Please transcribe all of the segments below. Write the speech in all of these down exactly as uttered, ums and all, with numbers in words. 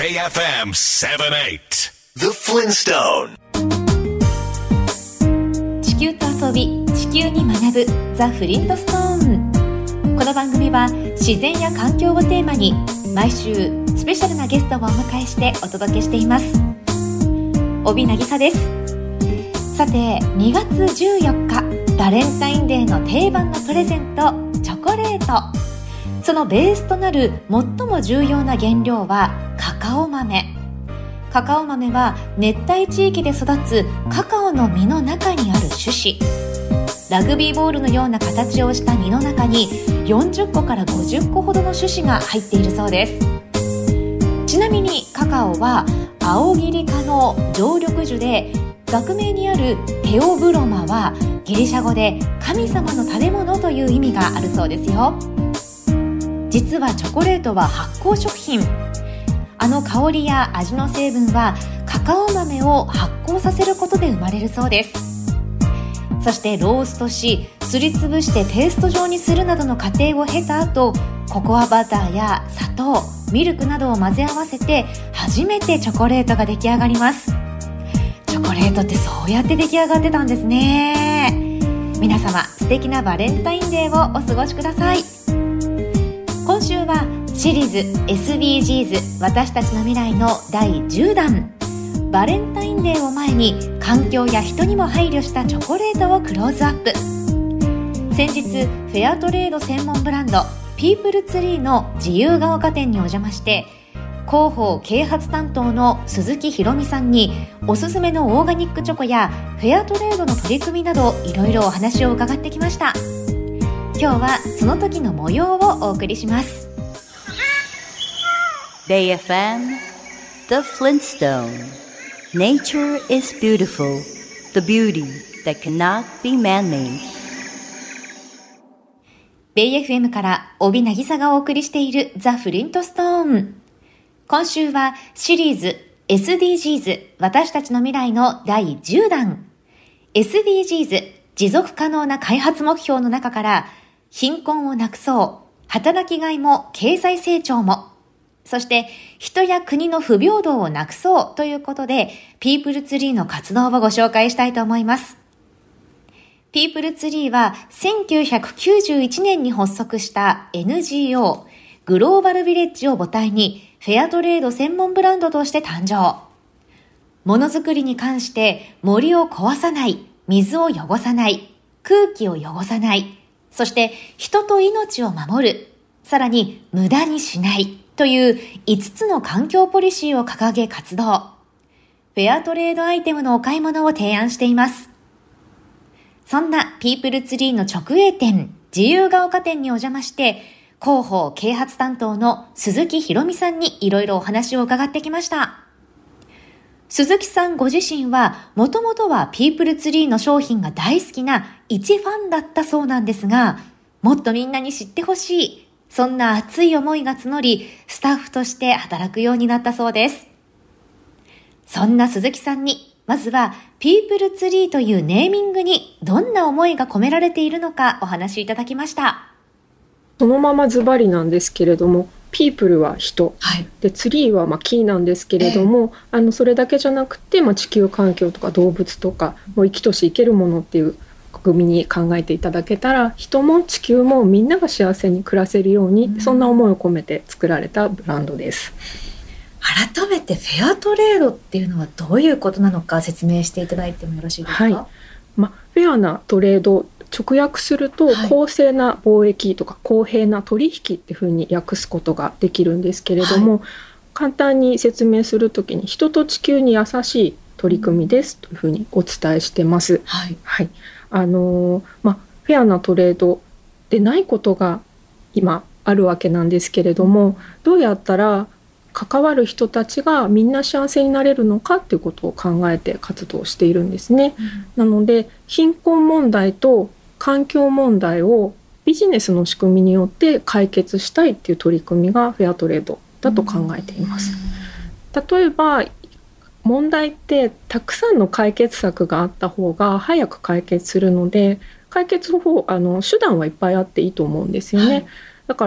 エーエフエム セブンティーエイト The Flintstone。 地球と遊び、地球に学ぶザ・フリントストーン。この番組は自然や環境をテーマに毎週スペシャルなゲストをお迎えしてお届けしています。帯渚です。さて、にがつじゅうよっかバレンタインデーの定番のプレゼント、チョコレート。そのベースとなる最も重要な原料はカカオ豆。カカオ豆は熱帯地域で育つカカオの実の中にある種子。ラグビーボールのような形をした実の中によんじゅっこからごじゅっこほどの種子が入っているそうです。ちなみにカカオはアオギリ科の常緑樹で、学名にあるテオブロマはギリシャ語で神様の食べ物という意味があるそうですよ。実はチョコレートは発酵食品。あの香りや味の成分はカカオ豆を発酵させることで生まれるそうです。そしてローストし、すりつぶしてペースト状にするなどの過程を経た後、ココアバターや砂糖、ミルクなどを混ぜ合わせて初めてチョコレートが出来上がります。チョコレートってそうやって出来上がってたんですね。皆様、素敵なバレンタインデーをお過ごしください。今週はシリーズ エスディージーズ 私たちの未来のだいじゅうだん。バレンタインデーを前に環境や人にも配慮したチョコレートをクローズアップ。先日フェアトレード専門ブランドピープルツリーの自由が丘店にお邪魔して、広報啓発担当の鈴木ひろみさんにおすすめのオーガニックチョコやフェアトレードの取り組みなどいろいろお話を伺ってきました。今日はその時の模様をお送りします。 ベイエフエム The Flintstone。 Nature is beautiful. The beauty that cannot be man-made。 ベイエフエム から帯渚がお送りしているザ・フリントストーン。今週はシリーズ エスディージーズ 私たちの未来のだいじゅうだん。 エスディージーズ 持続可能な開発目標の中から、貧困をなくそう、働きがいも経済成長も、そして人や国の不平等をなくそうということで、ピープルツリーの活動をご紹介したいと思います。ピープルツリーはせんきゅうひゃくきゅうじゅういちねんに発足した エヌジーオー グローバルビレッジを母体にフェアトレード専門ブランドとして誕生。ものづくりに関して森を壊さない、水を汚さない、空気を汚さない、そして人と命を守る、さらに無駄にしないといういつつの環境ポリシーを掲げ活動。フェアトレードアイテムのお買い物を提案しています。そんなピープルツリーの直営店、自由が丘店にお邪魔して、広報啓発担当の鈴木ひろみさんにいろいろお話を伺ってきました。鈴木さんご自身はもともとはピープルツリーの商品が大好きな一ファンだったそうなんですが、もっとみんなに知ってほしい、そんな熱い思いが募り、スタッフとして働くようになったそうです。そんな鈴木さんに、まずはピープルツリーというネーミングにどんな思いが込められているのかお話しいただきました。 そのままズバリなんですけれども、ピープルは人、はい、でツリーはまあ木なんですけれども、えー、あのそれだけじゃなくて、まあ、地球環境とか動物とかもう生きとし生けるものっていう組に考えていただけたら、人も地球もみんなが幸せに暮らせるように、うん、そんな思いを込めて作られたブランドです。 改めてフェアトレードっていうのはどういうことなのか説明していただいてもよろしいですか？はい、 まあ、フェアなトレード、直訳すると、はい、公正な貿易とか公平な取引っていうふうに訳すことができるんですけれども、はい、簡単に説明するときに人と地球に優しい取り組みですというふうにお伝えしてます。はいはい、あのーまあ、フェアなトレードでないことが今あるわけなんですけれども、どうやったら関わる人たちがみんな幸せになれるのかっていうことを考えて活動しているんですね。うん、なので貧困問題と環境問題をビジネスの仕組みによって解決したいっていう取り組みがフェアトレードだと考えています。例えば問題ってたくさんの解決策があった方が早く解決するので、解決方法あの手段はいっぱいあっていいと思うんですよね。はい、だから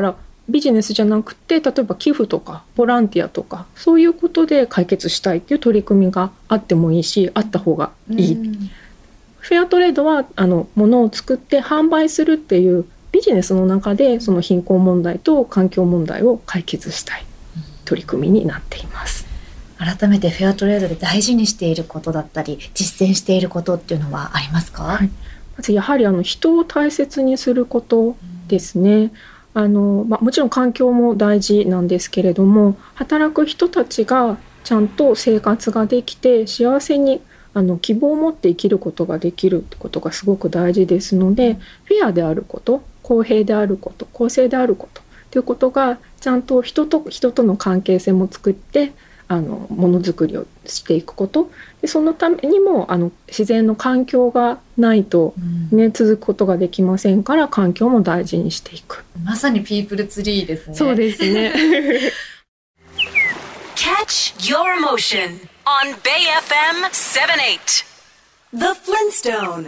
ビジネスじゃなくて、例えば寄付とかボランティアとかそういうことで解決したいっていう取り組みがあってもいいし、あった方がいい、うん、フェアトレードはあの物を作って販売するっていうビジネスの中でその貧困問題と環境問題を解決したい取り組みになっています。 改めてフェアトレードで大事にしていることだったり実践していることっていうのはありますか？ はい、まずやはりあの人を大切にすることですね、うん、あのまあ、もちろん環境も大事なんですけれども、働く人たちがちゃんと生活ができて幸せにあの希望を持って生きることができるってことがすごく大事ですので、フェアであること、公平であること、公正であることということがちゃんと人と人との関係性も作ってあのものづくりをしていくこと、でそのためにもあの自然の環境がないと、ね、うん、続くことができませんから、環境も大事にしていく。 まさにピープルツリーですね。 そうですね Catch your emotion on Bay エフエム セブンエイト The Flintstone。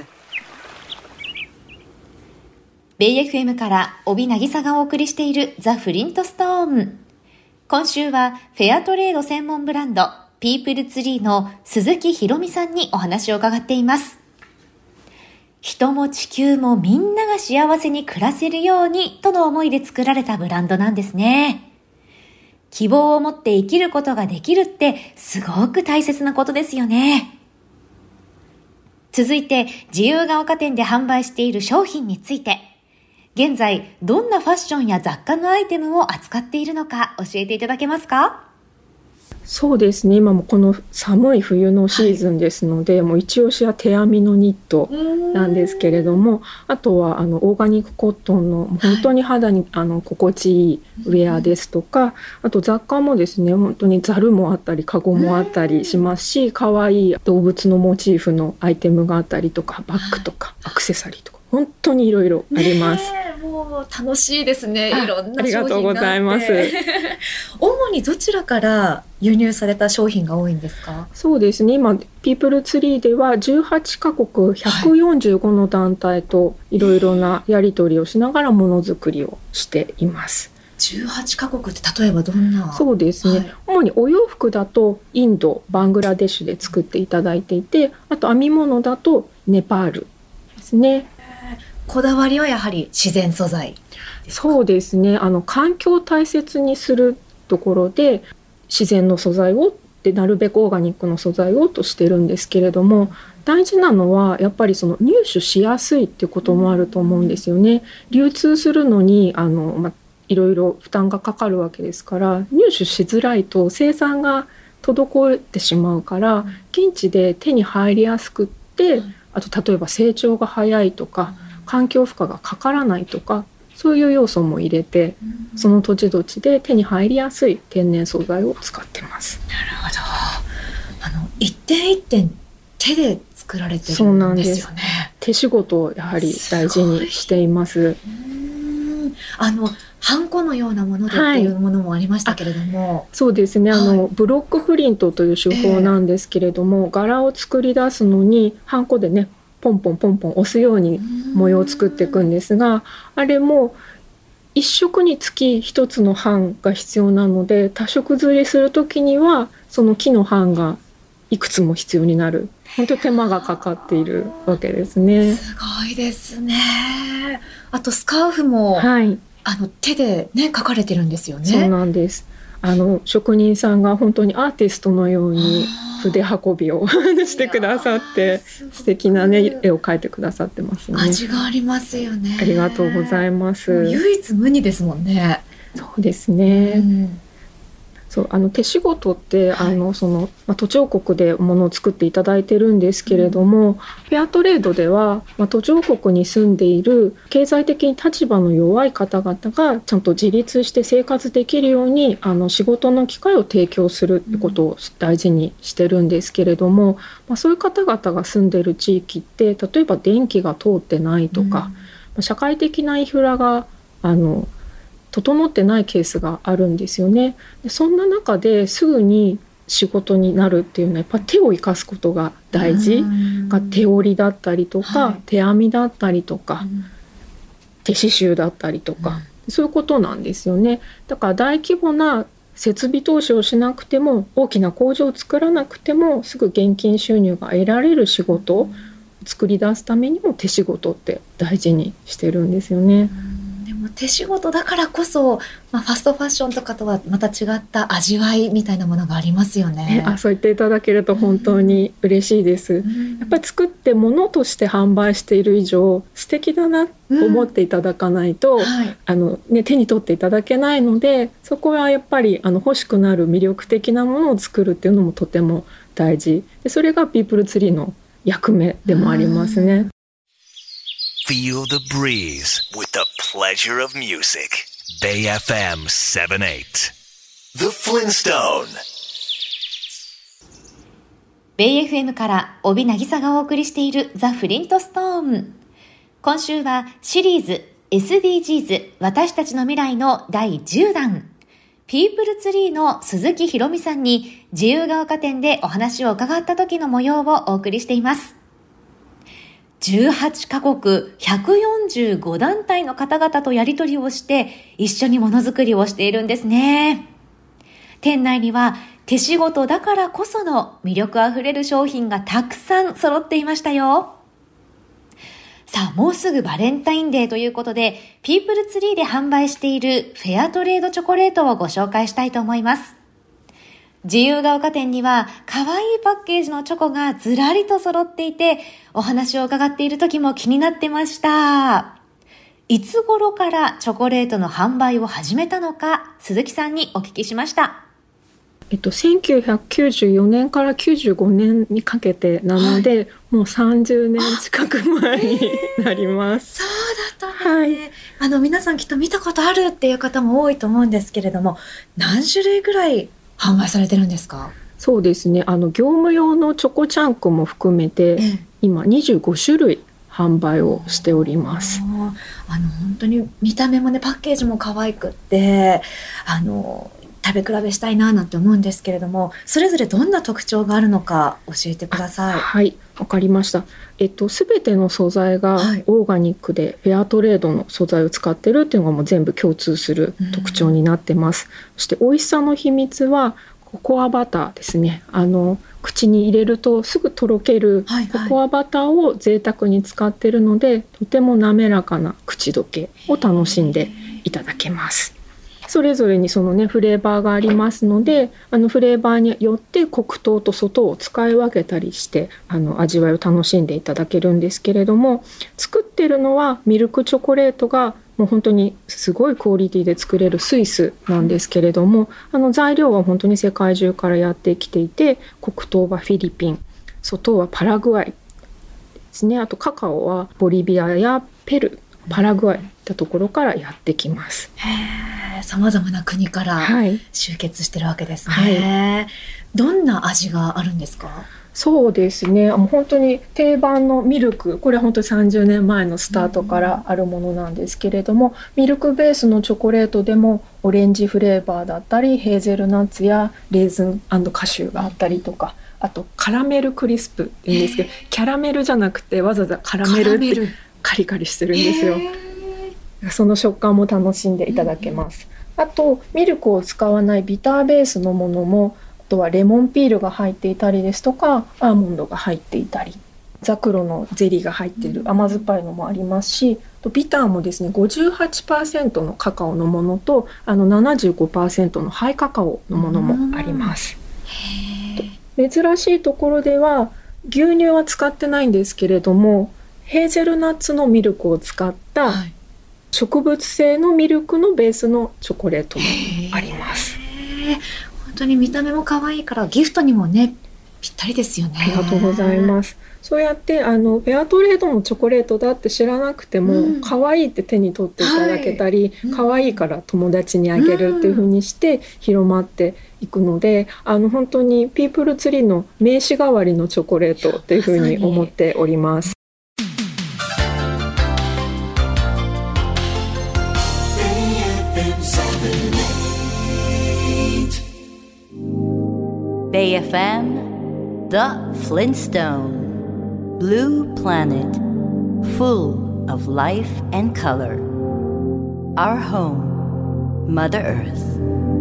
ベイ エフエム から帯渚がお送りしているザ・フリントストーン。今週はフェアトレード専門ブランドピープルツリーの鈴木ひろみさんにお話を伺っています。人も地球もみんなが幸せに暮らせるようにとの思いで作られたブランドなんですね。希望を持って生きることができるってすごく大切なことですよね。続いて自由が丘店で販売している商品について、現在どんなファッションや雑貨のアイテムを扱っているのか教えていただけますか？ そうですね、今もこの寒い冬のシーズンですので、はい、もう一押しは手編みのニットなんですけれども、あとはあのオーガニックコットンの本当に肌に、はい、あの心地いいウェアですとか、あと雑貨もですね、本当にザルもあったりカゴもあったりしますし、可愛い動物のモチーフのアイテムがあったりとか、バッグとかアクセサリーとか本当にいろいろあります。 ね、もう楽しいですね。いろんな商品があって。 ありがとうございます。 主にどちらから輸入された商品が多いんですか？ そうですね、今ピープルツリーではじゅうはちカ国ひゃくよんじゅうごの団体といろいろなやり取りをしながらものづくりをしています。 じゅうはちカ国って例えばどんな？ そうですね、はい、主にお洋服だとインド、バングラデシュで作っていただいていて、あと編み物だとネパールですね。 こだわりはやはり自然素材ですか？ そうですね、あの環境を大切にするところで自然の素材をでなるべくオーガニックの素材をとしてるんですけれども、大事なのはやっぱりその入手しやすいっていうこともあると思うんですよね。流通するのにあの、ま、いろいろ負担がかかるわけですから、入手しづらいと生産が滞ってしまうから、現地で手に入りやすくって、あと例えば成長が早いとか環境負荷がかからないとか、そういう要素も入れて、うん、その土地土地で手に入りやすい天然素材を使ってます。 なるほど。あの一点一点手で作られてるんですよね。 そうなんです。手仕事をやはり大事にしています。 うーん、あのハンコのようなものでっていうものもありましたけれども、はい、 そうですね、あの、はい、ブロックプリントという手法なんですけれども、えー、柄を作り出すのにハンコでねポンポンポンポン押すように模様を作っていくんですが、あれも一色につき一つの版が必要なので、多色刷りするときにはその木の版がいくつも必要になる、本当に手間がかかっているわけですね。 すごいですね。あとスカーフも、はい、あの手でね描かれてるんですよね。 そうなんです。あの職人さんが本当にアーティストのように筆運びをしてくださって、素敵な、ね、絵を描いてくださってますね。 味がありますよね。 ありがとうございます。 唯一無二ですもんね。 そうですね、うん、そうあの手仕事って、はい、あのそのまあ、途上国で物を作っていただいてるんですけれども、うん、フェアトレードでは、まあ、途上国に住んでいる経済的に立場の弱い方々がちゃんと自立して生活できるようにあの仕事の機会を提供するってことを大事にしてるんですけれども、まあ、そういう方々が住んでる地域って例えば電気が通ってないとか、うんまあ、社会的なインフラがあの整ってないケースがあるんですよね。でそんな中ですぐに仕事になるっていうのはやっぱ手を生かすことが大事が、手織りだったりとか、はい、手編みだったりとか、うん、手刺繍だったりとか、うん、 そういうことなんですよね。だから大規模な設備投資をしなくても、大きな工場を作らなくてもすぐ現金収入が得られる仕事を作り出すためにも手仕事って大事にしてるんですよね。 でも手仕事だからこそ、まあ、ファストファッションとかとはまた違った味わいみたいなものがありますよね。 あ、そう言っていただけると本当に嬉しいです。やっぱり作って物として販売している以上素敵だなと思っていただかないと、うんはい、あのね、手に取っていただけないので、そこはやっぱりあの欲しくなる魅力的なものを作るっていうのもとても大事で、それがピープルツリーの役目でもありますね。 Feel the breeze with the pleasure of music. Bay エフエム セブンエイト The Flintstone Bay エフエム から帯渚がお送りしている The Flintstone。今週はシリーズ エスディージーズ 私たちの未来のだいじゅうだん。ピープルツリーの鈴木ひろみさんに自由が丘店でお話を伺った時の模様をお送りしています。じゅうはちカ国ひゃくよんじゅうご団体の方々とやり取りをして一緒にものづくりをしているんですね。店内には手仕事だからこその魅力あふれる商品がたくさん揃っていましたよ。さあ、もうすぐバレンタインデーということで、ピープルツリーで販売しているフェアトレードチョコレートをご紹介したいと思います。自由が丘店には可愛いパッケージのチョコがずらりと揃っていて、お話を伺っている時も気になってました。いつ頃からチョコレートの販売を始めたのか、鈴木さんにお聞きしました。 えっと、せんきゅうひゃくきゅうじゅうよねんからきゅうじゅうごねんにかけてなので、はい、もうさんじゅうねん近く前になります。 そうだったんですね。はい、あの皆さんきっと見たことあるっていう方も多いと思うんですけれども、何種類ぐらい販売されてるんですか？ そうですね、あの業務用のチョコチャンクも含めて、え今にじゅうごしゅるい販売をしております。 あの本当に見た目もね、パッケージも可愛くって、あの食べ比べしたいななんて思うんですけれども、それぞれどんな特徴があるのか教えてください。 はい、わかりました。えっと、全ての素材がオーガニックでフェアトレードの素材を使ってるっていうのがもう全部共通する特徴になってます。そして美味しさの秘密はココアバターですね。あの口に入れるとすぐとろけるココアバターを贅沢に使ってるので、はいはい、とても滑らかな口どけを楽しんでいただけます。それぞれにそのねフレーバーがありますので、あのフレーバーによって黒糖と粗糖を使い分けたりしてあの味わいを楽しんでいただけるんですけれども、作ってるのはミルクチョコレートがもう本当にすごいクオリティで作れるスイスなんですけれども、あの材料は本当に世界中からやってきていて、黒糖はフィリピン、粗糖はパラグアイですね。あとカカオはボリビアやペルー、パラグアイってところからやってきます。 へー、さまざまな国から集結してるわけですね。はい、どんな味があるんですか？ そうですね、もう本当に定番のミルク、これは本当にさんじゅうねんまえのスタートからあるものなんですけれども、ミルクベースのチョコレートでもオレンジフレーバーだったりヘーゼルナッツやレーズン&カシューがあったりとか、あとカラメルクリスプって言うんですけど、キャラメルじゃなくてわざわざカラメルってカリカリしてるんですよ。その食感も楽しんでいただけます。あとミルクを使わないビターベースのものも、あとはレモンピールが入っていたりですとか、アーモンドが入っていたり、ザクロのゼリーが入っている甘酸っぱいのもありますし、ビターもですね ごじゅうはちパーセント のカカオのものとあの ななじゅうごパーセント のハイカカオのものもあります。珍しいところでは牛乳は使ってないんですけれども、ヘーゼルナッツのミルクを使った植物性のミルクのベースのチョコレートもあります。 本当に見た目も可愛いからギフトにもねぴったりですよね。 ありがとうございます。そうやってあのフェアトレードのチョコレートだって知らなくても、うん、可愛いって手に取っていただけたり、はい、可愛いから友達にあげるっていう風にして広まっていくので、うん、あの本当にピープルツリーの名刺代わりのチョコレートっていう風に思っております。 Bay エフエム The Flintstone Blue Planet Full of Life and Color our home, Mother Earth。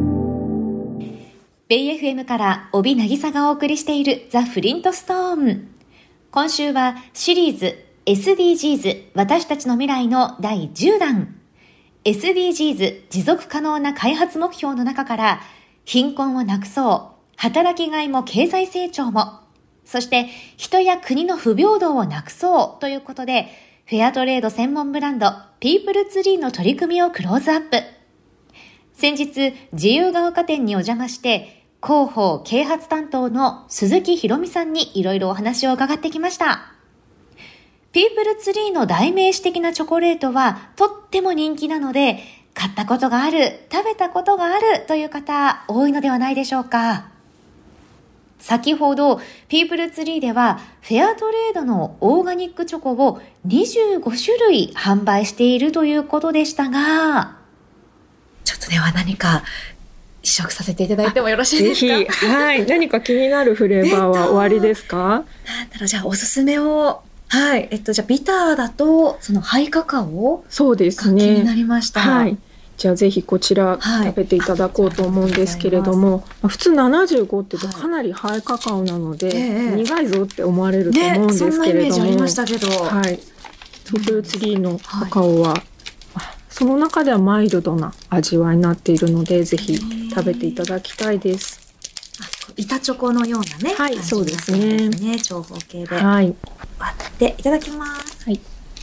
ベイエフエム から帯渚がお送りしているザ・フリントストーン。今週はシリーズ エスディージーズ 私たちの未来のだいじゅうだん。 エスディージーズ 持続可能な開発目標の中から貧困をなくそう、働きがいも経済成長も、そして人や国の不平等をなくそうということで、フェアトレード専門ブランドピープルツリーの取り組みをクローズアップ。先日自由が丘店にお邪魔して広報啓発担当の鈴木ひろみさんにいろいろお話を伺ってきました。ピープルツリーの代名詞的なチョコレートはとっても人気なので、買ったことがある、食べたことがあるという方多いのではないでしょうか。先ほどピープルツリーではフェアトレードのオーガニックチョコをにじゅうごしゅるい販売しているということでしたが、ちょっとでは何か試食させていただいてもよろしいですか？ ぜひ、はい、何か気になるフレーバーはおありですか？ なんだろう、じゃあおすすめを。はい、えっとじゃあビターだとそのハイカカオそうですね、 が気になりました。 はい、じゃあぜひこちら食べていただこうと思うんですけれども、はい、普通ななじゅうごって言うとかなりハイカカオなので、はい、苦いぞって思われると思うんですけれども、ね、そんなイメージありましたけど、はい、ピープルツリーのカカオは、はい、その中ではマイルドな味わいになっているので、ぜひ食べていただきたいです。 板チョコのようなね、 はい、そうですね、 長方形で、 はい、 割っていただきます。 はい、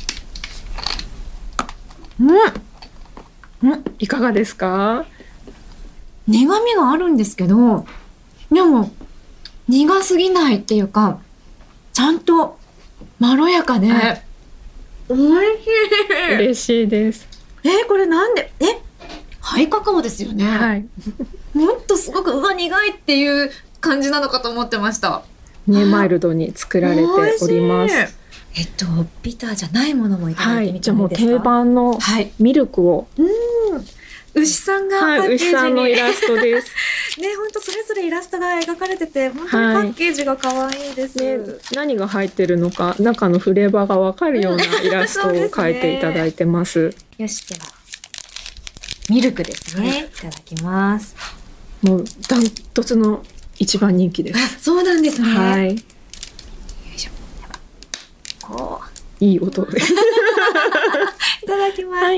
うん、うん、 いかがですか？ 苦味があるんですけど、でも苦すぎないっていうか、ちゃんとまろやかで、はい、おいしい。 嬉しいです。 え、これなんで、え、ハイカカオですよね。 はい。 もっとすごくうわ苦いっていう感じなのかと思ってました。 ね、マイルドに作られております。 えっとビターじゃないものもいただいてみてもいいですか？ はい、じゃあもう定番のミルクを、 はい、うん牛さんがパッケージに、はい、 牛さんのイラストですね、本当それぞれイラストが描かれてて、本当にパッケージが可愛いです、 はいね、何が入ってるのか、中のフレーバーがわかるようなイラストを描いていただいてます。 ね、よし、ではミルクですね、はい、いただきます。 もうダントツの一番人気です。 あ、そうなんですね。 はい。よいしょ。こういい音でいただきます。はい、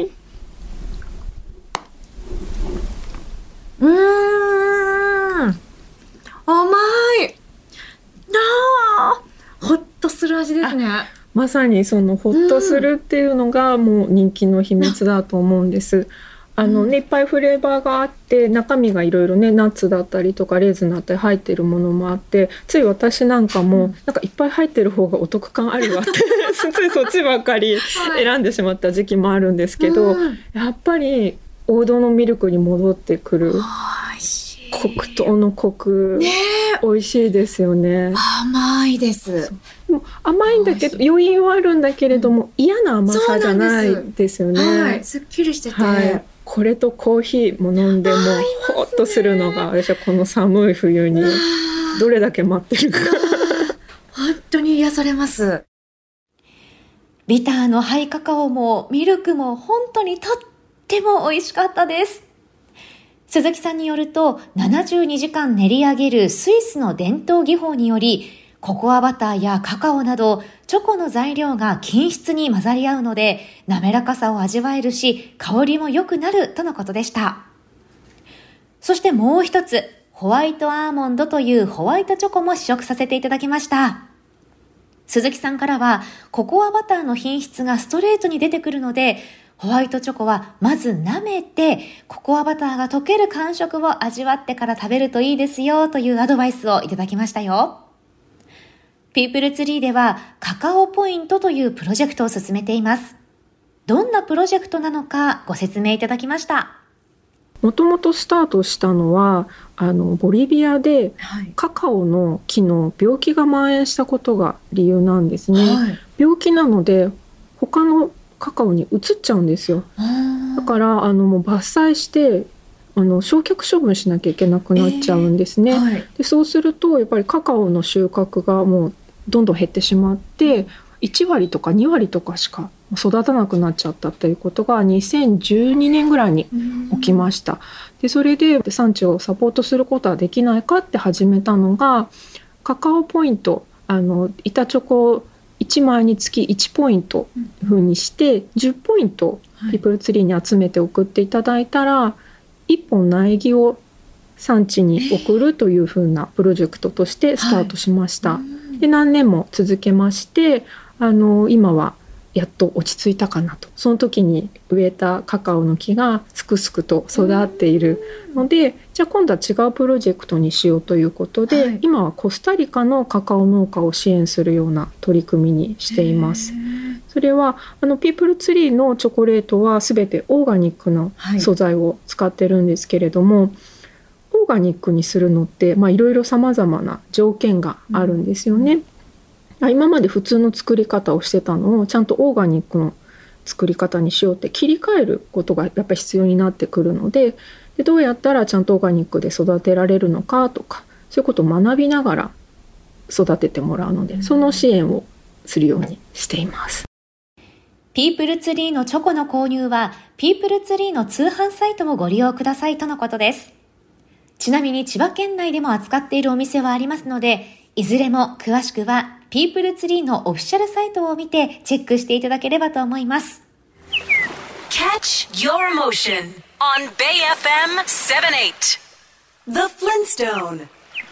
うーん、甘い。あー、ほっとする味ですね。 まさにそのほっとするっていうのがもう人気の秘密だと思うんです。あのね、いっぱいフレーバーがあって、中身がいろいろね、ナッツだったりとかレーズンだったり入ってるものもあって、つい私なんかもなんかいっぱい入ってる方がお得感あるわってついそっちばっかり選んでしまった時期もあるんですけど、はい、やっぱり王道のミルクに戻ってくる黒糖のコク、ね、美味しいですよね。 甘いです。 もう甘いんだけど余韻はあるんだけれども、うん、嫌な甘さじゃないですよね。 はい、すっきりしてて、 はい、これとコーヒーも飲んでもほっとするのが、私はこの寒い冬にどれだけ待ってるか本当に癒されます。ビターのハイカカオもミルクも本当にとっても美味しかったです。鈴木さんによると、ななじゅうにじかん練り上げるスイスの伝統技法により、ココアバターやカカオなどチョコの材料が均質に混ざり合うので、滑らかさを味わえるし、香りも良くなるとのことでした。そしてもう一つ、ホワイトアーモンドというホワイトチョコも試食させていただきました。鈴木さんからは、ココアバターの品質がストレートに出てくるので、ホワイトチョコはまず舐めて、ココアバターが溶ける感触を味わってから食べるといいですよというアドバイスをいただきましたよ。ピープルツリーではカカオポイントというプロジェクトを進めています。どんなプロジェクトなのかご説明いただきました。 もともとスタートしたのはあのボリビアでカカオの木の病気が蔓延したことが理由なんですね。はい、病気なので他のカカオに移っちゃうんですよ。だからあのもう伐採してあの焼却処分しなきゃいけなくなっちゃうんですね。えーはい、でそうするとやっぱりカカオの収穫がもうどんどん減ってしまっていちわりとかにわりとかしか育たなくなっちゃったということがにせんじゅうにねんぐらいに起きました。でそれで産地をサポートすることはできないかって始めたのが、カカオポイント、あの板チョコいちまいにつきいちポイント風にしてじゅっポイントピープルツリーに集めて送っていただいたら、いっぽん苗木を産地に送るという風なプロジェクトとしてスタートしました。はい、で何年も続けまして、あの今はやっと落ち着いたかなと。その時に植えたカカオの木がすくすくと育っているので、じゃあ今度は違うプロジェクトにしようということで、はい、今はコスタリカのカカオ農家を支援するような取り組みにしています。それはあのピープルツリーのチョコレートは全てオーガニックの素材を使ってるんですけれども、はい、オーガニックにするのっていろいろさまざまな条件があるんですよね。うん、今まで普通の作り方をしてたのをちゃんとオーガニックの作り方にしようって切り替えることがやっぱり必要になってくるの で, でどうやったらちゃんとオーガニックで育てられるのかとか、そういうことを学びながら育ててもらうので、その支援をするようにしています。 ピープルツリーのチョコの購入はピープルツリーの通販サイトをご利用くださいとのことです。ちなみに千葉県内でも扱っているお店はありますので、いずれも詳しくはピープルツリーのオフィシャルサイトを見てチェックしていただければと思います。 Catch your emotion on Bay エフエム セブンティーエイト The Flintstone。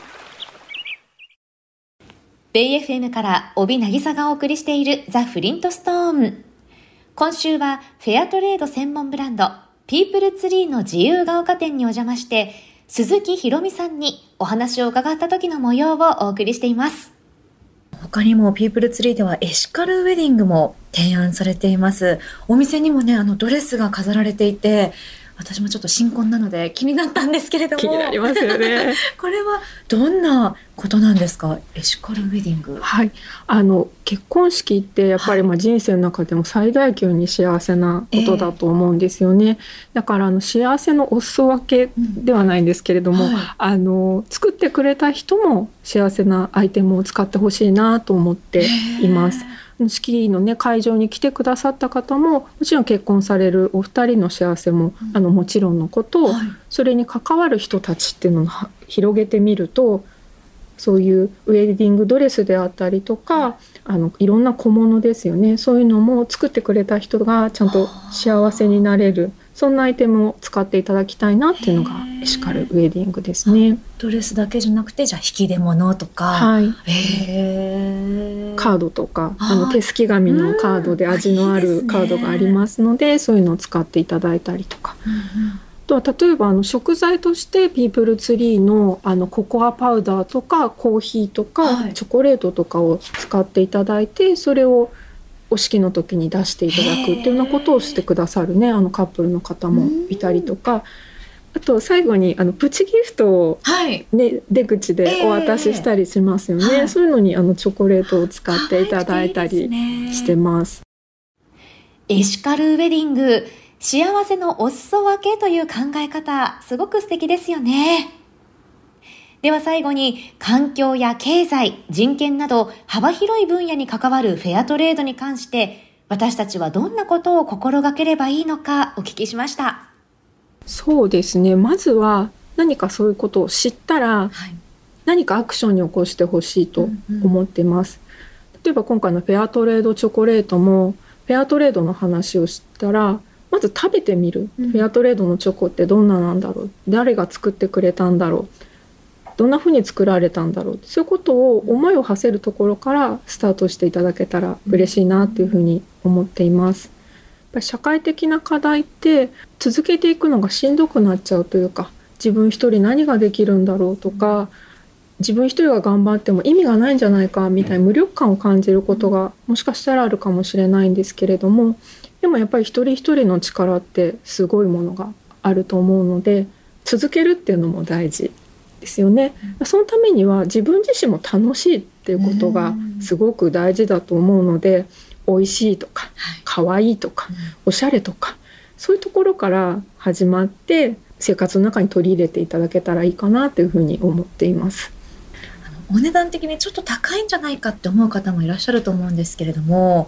ベイ エフエム から帯渚がお送りしているザ・フリントストーン。今週はフェアトレード専門ブランドピープルツリーの自由が丘店にお邪魔して、鈴木ひろみさんにお話を伺った時の模様をお送りしています。 他にもピープルツリーではエシカルウェディングも提案されています。お店にもね、あのドレスが飾られていて、私もちょっと新婚なので気になったんですけれども、 気になりますよねこれはどんなことなんですか？エシカルウェディング。 はい、あの結婚式ってやっぱりまあ人生の中でも最大級に幸せなことだと思うんですよね。えー、だからあの幸せのお裾分けではないんですけれども、うんはい、あの作ってくれた人も幸せなアイテムを使ってほしいなと思っています。えー式の、ね、会場に来てくださった方も、もちろん結婚されるお二人の幸せも、うん、あのもちろんのこと、はい、それに関わる人たちっていうのを広げてみると、そういうウェディングドレスであったりとか、あのいろんな小物ですよね、そういうのも作ってくれた人がちゃんと幸せになれる、そんなアイテムを使っていただきたいなっていうのがエシカルウェディングですね。 ドレスだけじゃなくて、じゃあ引き出物とか、はい、へカードとか、あの手すき紙のカードで味のあるカードがありますので、いいですね、そういうのを使っていただいたりとか、うんうん、あとは例えばあの食材としてピープルツリー の, あのココアパウダーとかコーヒーとか、はい、チョコレートとかを使っていただいて、それをお式の時に出していただくっていうようなことをしてくださるね、あのカップルの方もいたりとか、あと最後にあのプチギフトを、ね、はい、出口でお渡ししたりしますよね。えーはい、そういうのにあのチョコレートを使っていただいたりしてます。 エシカルウェディング、幸せのお裾分けという考え方、すごく素敵ですよね。では最後に、環境や経済、人権など幅広い分野に関わるフェアトレードに関して、私たちはどんなことを心がければいいのかお聞きしました。 そうですね、まずは何かそういうことを知ったら、はい、何かアクションに起こしてほしいと思ってます。うんうん、例えば今回のフェアトレードチョコレートも、フェアトレードの話をしたら、まず食べてみる、うん、フェアトレードのチョコってどんななんだろう、誰が作ってくれたんだろう、どんな風に作られたんだろう、そういうことを思いを馳せるところからスタートしていただけたら嬉しいなというふうに思っています。やっぱり社会的な課題って続けていくのがしんどくなっちゃうというか、自分一人何ができるんだろうとか、自分一人が頑張っても意味がないんじゃないかみたいな無力感を感じることがもしかしたらあるかもしれないんですけれども、でもやっぱり一人一人の力ってすごいものがあると思うので、続けるっていうのも大事ですよね。うん、そのためには自分自身も楽しいっていうことがすごく大事だと思うので、美味しいとか可愛いとか、うん、おしゃれとか、そういうところから始まって生活の中に取り入れていただけたらいいかなというふうに思っています。 お値段的にちょっと高いんじゃないかって思う方もいらっしゃると思うんですけれども、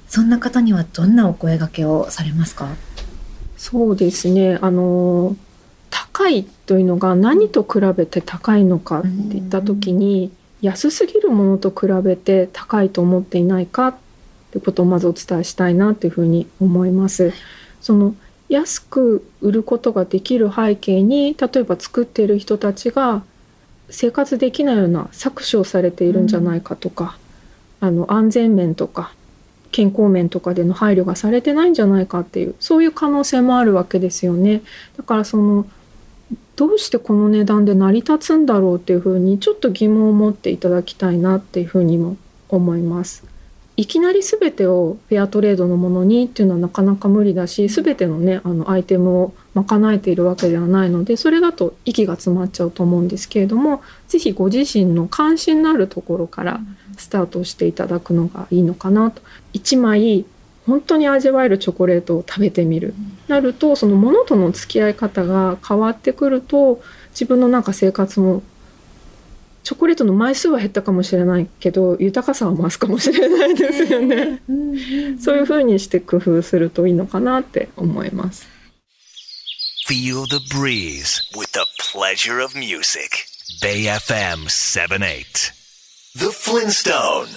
そんな方にはどんなお声掛けをされますか？ そうですね、あの高いというのが何と比べて高いのかっていった時に、安すぎるものと比べて高いと思っていないかってことをまずお伝えしたいなというふうに思います。その安く売ることができる背景に、例えば作っている人たちが生活できないような搾取をされているんじゃないかとか、うん、あの安全面とか健康面とかでの配慮がされてないんじゃないかっていう、そういう可能性もあるわけですよね。だからそのどうしてこの値段で成り立つんだろうっていうふうにちょっと疑問を持っていただきたいなっていうふうにも思います。いきなり全てをフェアトレードのものにっていうのはなかなか無理だし、全てのねあのアイテムを賄えているわけではないので、それだと息が詰まっちゃうと思うんですけれども、ぜひご自身の関心のあるところからスタートしていただくのがいいのかなと。いちまい本当に味わえるチョコレートを食べてみる、なるとそのものとの付き合い方が変わってくると、自分のなんか生活もチョコレートの枚数は減ったかもしれないけど豊かさは増すかもしれないですよね。そういう風にして工夫するといいのかなって思います。 Feel the breeze with the pleasure of music. Bay エフエム セブンエイト The Flintstone。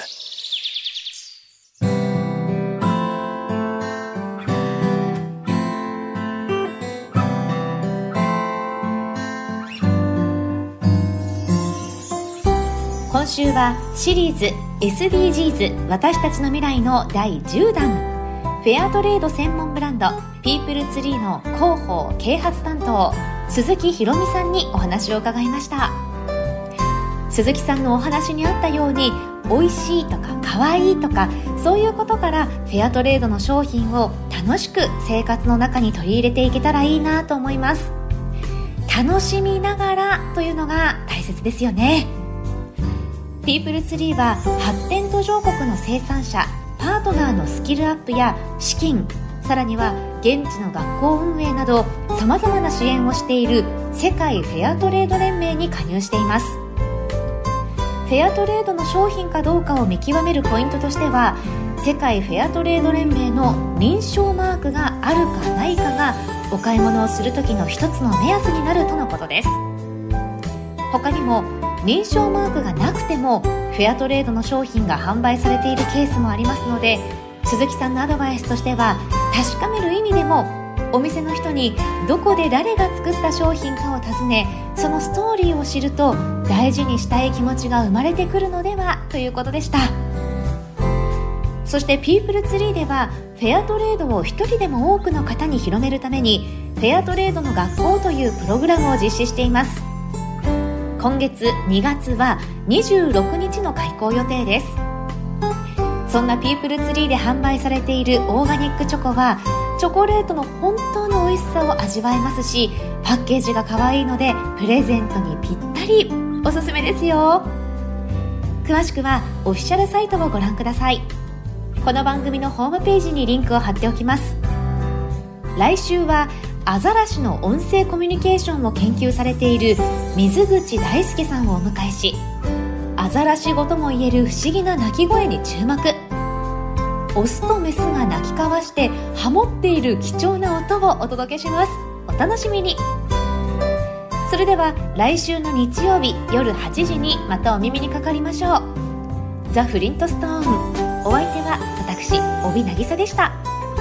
今週はシリーズ エスディージーズ 私たちの未来のだいじゅうだん、フェアトレード専門ブランドピープルツリーの広報啓発担当鈴木ひろみさんにお話を伺いました。鈴木さんのお話にあったように、美味しいとか可愛いとかそういうことからフェアトレードの商品を楽しく生活の中に取り入れていけたらいいなと思います。楽しみながらというのが大切ですよね。ピープルツリーは発展途上国の生産者、パートナーのスキルアップや資金、さらには現地の学校運営などさまざまな支援をしている世界フェアトレード連盟に加入しています。フェアトレードの商品かどうかを見極めるポイントとしては、世界フェアトレード連盟の認証マークがあるかないかがお買い物をする時の一つの目安になるとのことです。他にも認証マークがなくてもフェアトレードの商品が販売されているケースもありますので、鈴木さんのアドバイスとしては、確かめる意味でもお店の人にどこで誰が作った商品かを尋ね、そのストーリーを知ると大事にしたい気持ちが生まれてくるのではということでした。そしてピープルツリーではフェアトレードを一人でも多くの方に広めるためにフェアトレードの学校というプログラムを実施しています。今月にがつはにじゅうろくにちの開講予定です。そんなピープルツリーで販売されているオーガニックチョコは、チョコレートの本当の美味しさを味わえますし、パッケージが可愛いのでプレゼントにぴったり、おすすめですよ。詳しくはオフィシャルサイトをご覧ください。この番組のホームページにリンクを貼っておきます。来週はアザラシの音声コミュニケーションを研究されている水口大輔さんをお迎えし、アザラシ語とも言える不思議な鳴き声に注目。オスとメスが鳴き交わしてハモっている貴重な音をお届けします。お楽しみに。それでは来週の日曜日夜はちじにまたお耳にかかりましょう。ザ・フリントストーン、お相手は私帯渚でした。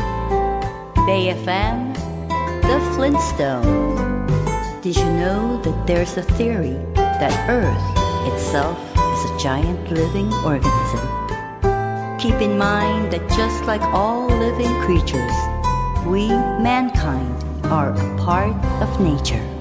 Bay エフエムThe Flintstone. Did you know that there's a theory that Earth itself is a giant living organism? Keep in mind that just like all living creatures, we, mankind, are a part of nature.